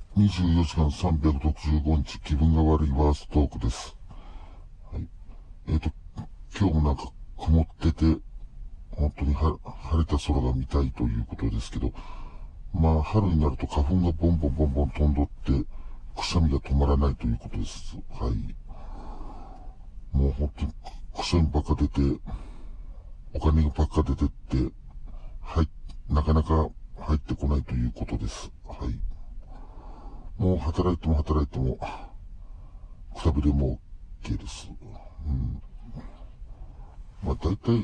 24時間365日気分が悪いワーストークです。はい。今日もなんか曇ってて、本当に晴れた空が見たいということですけど、まあ春になると花粉がボンボンボンボン飛んどって、くしゃみが止まらないということです。はい。もう本当にくしゃみばっか出て、お金ばっか出てって、はい、なかなか入ってこないということです。はい。もう働いても働いても、くたびれも OK です。まあ大体、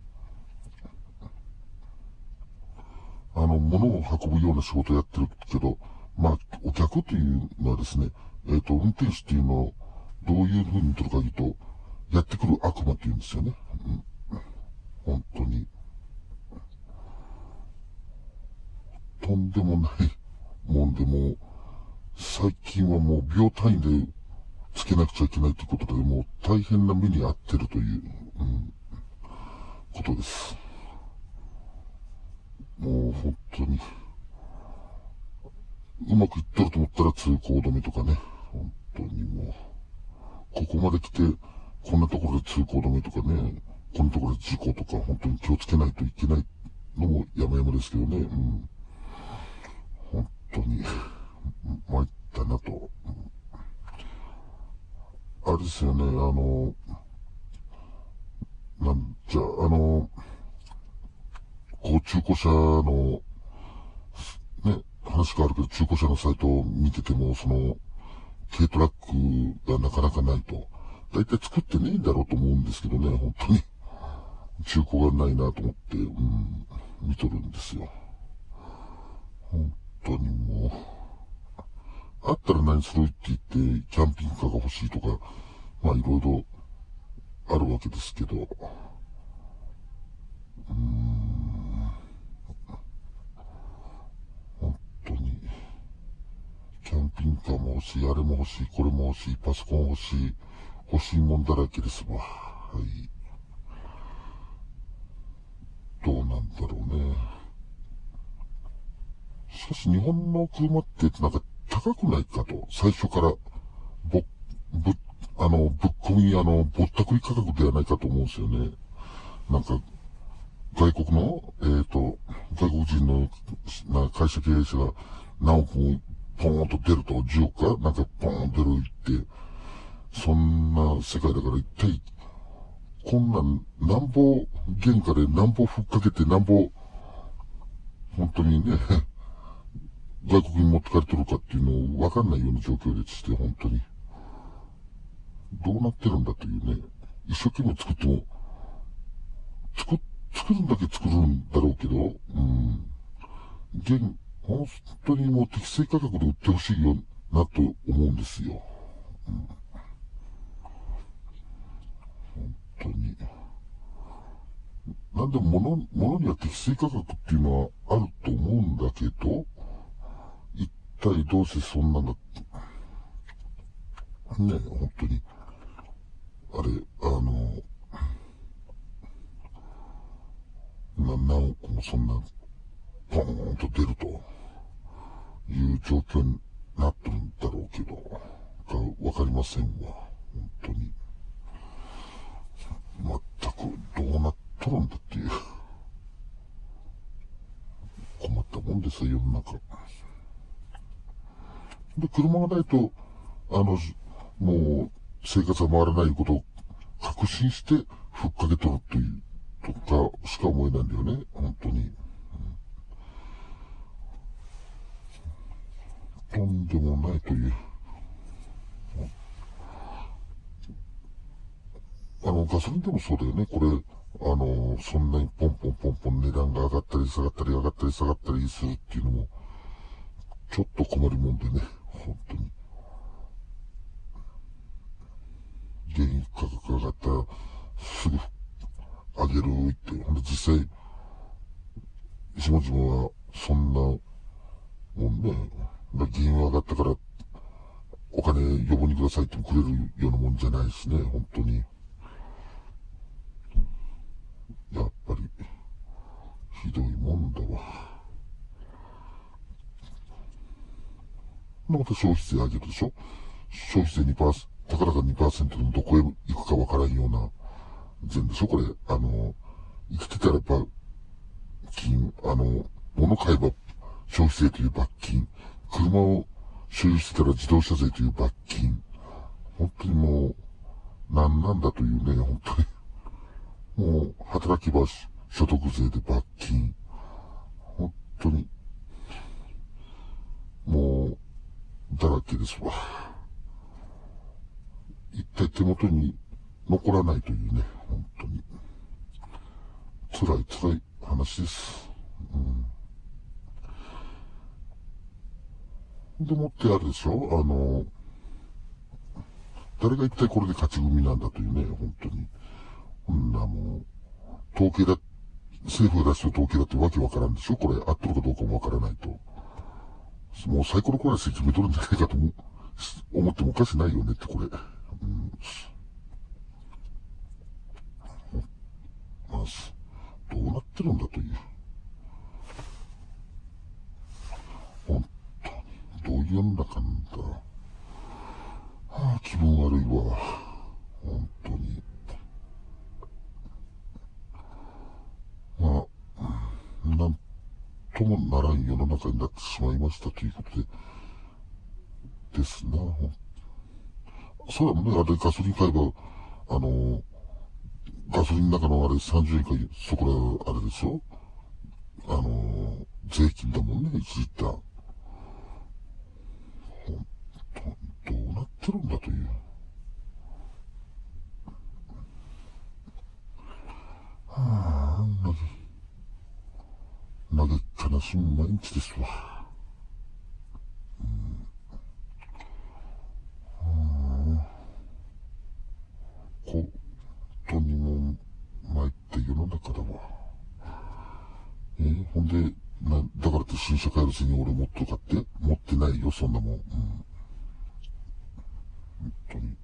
物を運ぶような仕事をやってるけど、まあ、お客というのはですね、運転手っていうのをどういうふうに取るかというと、やってくる悪魔っていうんですよね。本当に。とんでもないもんでも、最近はもう秒単位でつけなくちゃいけないということで、もう大変な目に遭ってるという、ことです。もう本当に、うまくいっとると思ったら通行止めとかね。本当にもう、ここまで来て、こんなところで通行止めとかね、こんなところで事故とか、本当に気をつけないといけないのも山々ですけどね。本当に、参ったなと。あれですよね、中古車の、ね、話があるけど、中古車のサイトを見てても、軽トラックがなかなかないと。だいたい作ってねえんだろうと思うんですけどね、本当に。中古がないなと思って、見とるんですよ。本当にもう、あったら何するって言って、キャンピングカーが欲しいとか、まあいろいろあるわけですけど、本当に、キャンピングカーも欲しい、あれも欲しい、これも欲しい、パソコン欲しい、欲しいもんだらけですわ。はい。どうなんだろうね。しかし日本の車ってなんか高くないかと、最初からぼ、ぶ、ぶっ込み、ぼったくり価格ではないかと思うんですよね。なんか、外国の、外国人の会社経営者が何億もポーンと出ると、10億かなんかポーン出るって、そんな世界だから一体、こんなんなんぼ原価でなんぼふっかけてなんぼ、本当にね、外国に持ってかれてるかっていうのをわかんないような状況でして、本当に。どうなってるんだというね。一生懸命作っても、作、作るんだけ作るんだろうけど、本当にもう適正価格で売ってほしいよなと思うんですよ。本当に。なんで物には適正価格っていうのはあると思うんだけど、一体どうしてそんなの、ね、本当に、あれ、何億もそんな、ポーンと出るという状況になってるんだろうけど、わかりませんわ。本当に。全くどうなっとるんだっていう。困ったもんですよ、世の中。で、車がないと、もう、生活が回らないことを確信して、ふっかけとるという、とかしか思えないんだよね、本当に。とんでもないという。ガソリンでもそうだよね、これ。そんなにポンポンポンポン値段が上がったり下がったり上がったり下がったりするっていうのも、ちょっと困るもんでね、本当に。原油価格が上がったら、すぐ上げるって、ほんで実際、下々はそんなもんね、原油上がったからお金余分にくださいってくれるようなもんじゃないしね、本当に。やっぱり、ひどいもんだわ。 また消費税上げるでしょ。消費税2%、たかだか2%でもどこへ行くかわからんような税でしょ、これ。生きてたら罰金、物買えば消費税という罰金、車を所有してたら自動車税という罰金、本当にもう、何なんだというね、本当に。もう、働きば所得税で罰金。本当に、もう、だらけですわ。一体手元に残らないというね、本当に。辛い話です。でもってあれでしょ、誰が一体これで勝ち組なんだというね、本当に。こんなもう、統計だ、政府が出した統計だってわけわからんでしょ、これ。合ってるかどうかもわからないと。もうサイコロクラスで決めとるんじゃないかと思ってもおかしないよねって、これ。まあ、どうなってるんだという。本当に、どういう世の中なんだ。はあ、気分悪いわ。本当に。まあ、なんともならん世の中になってしまいましたということで、ですな。そうだもんね、あれガソリン買えば、ガソリンの中のあれ30円か、そこら、あれでしょ、税金だもんね、1リッター。本当にどうなってるんだという。はあ、嘆き悲しむ毎日ですわ。本当にもう、参った世の中だわ。ほんで、だからって新車買える銭俺持っとかって持ってないよ、そんなもん。本当に。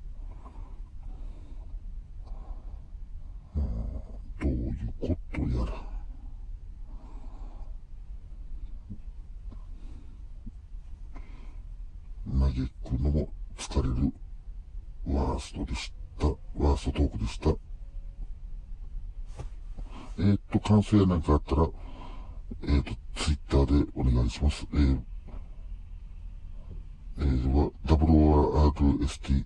どういうことやら。嘆くのも疲れるワーストでした。ワーストトークでした。感想やなんかあったら、ツイッターでお願いします。WORST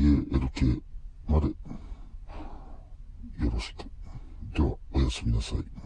_TALK までよろしく。では、おやすみなさい。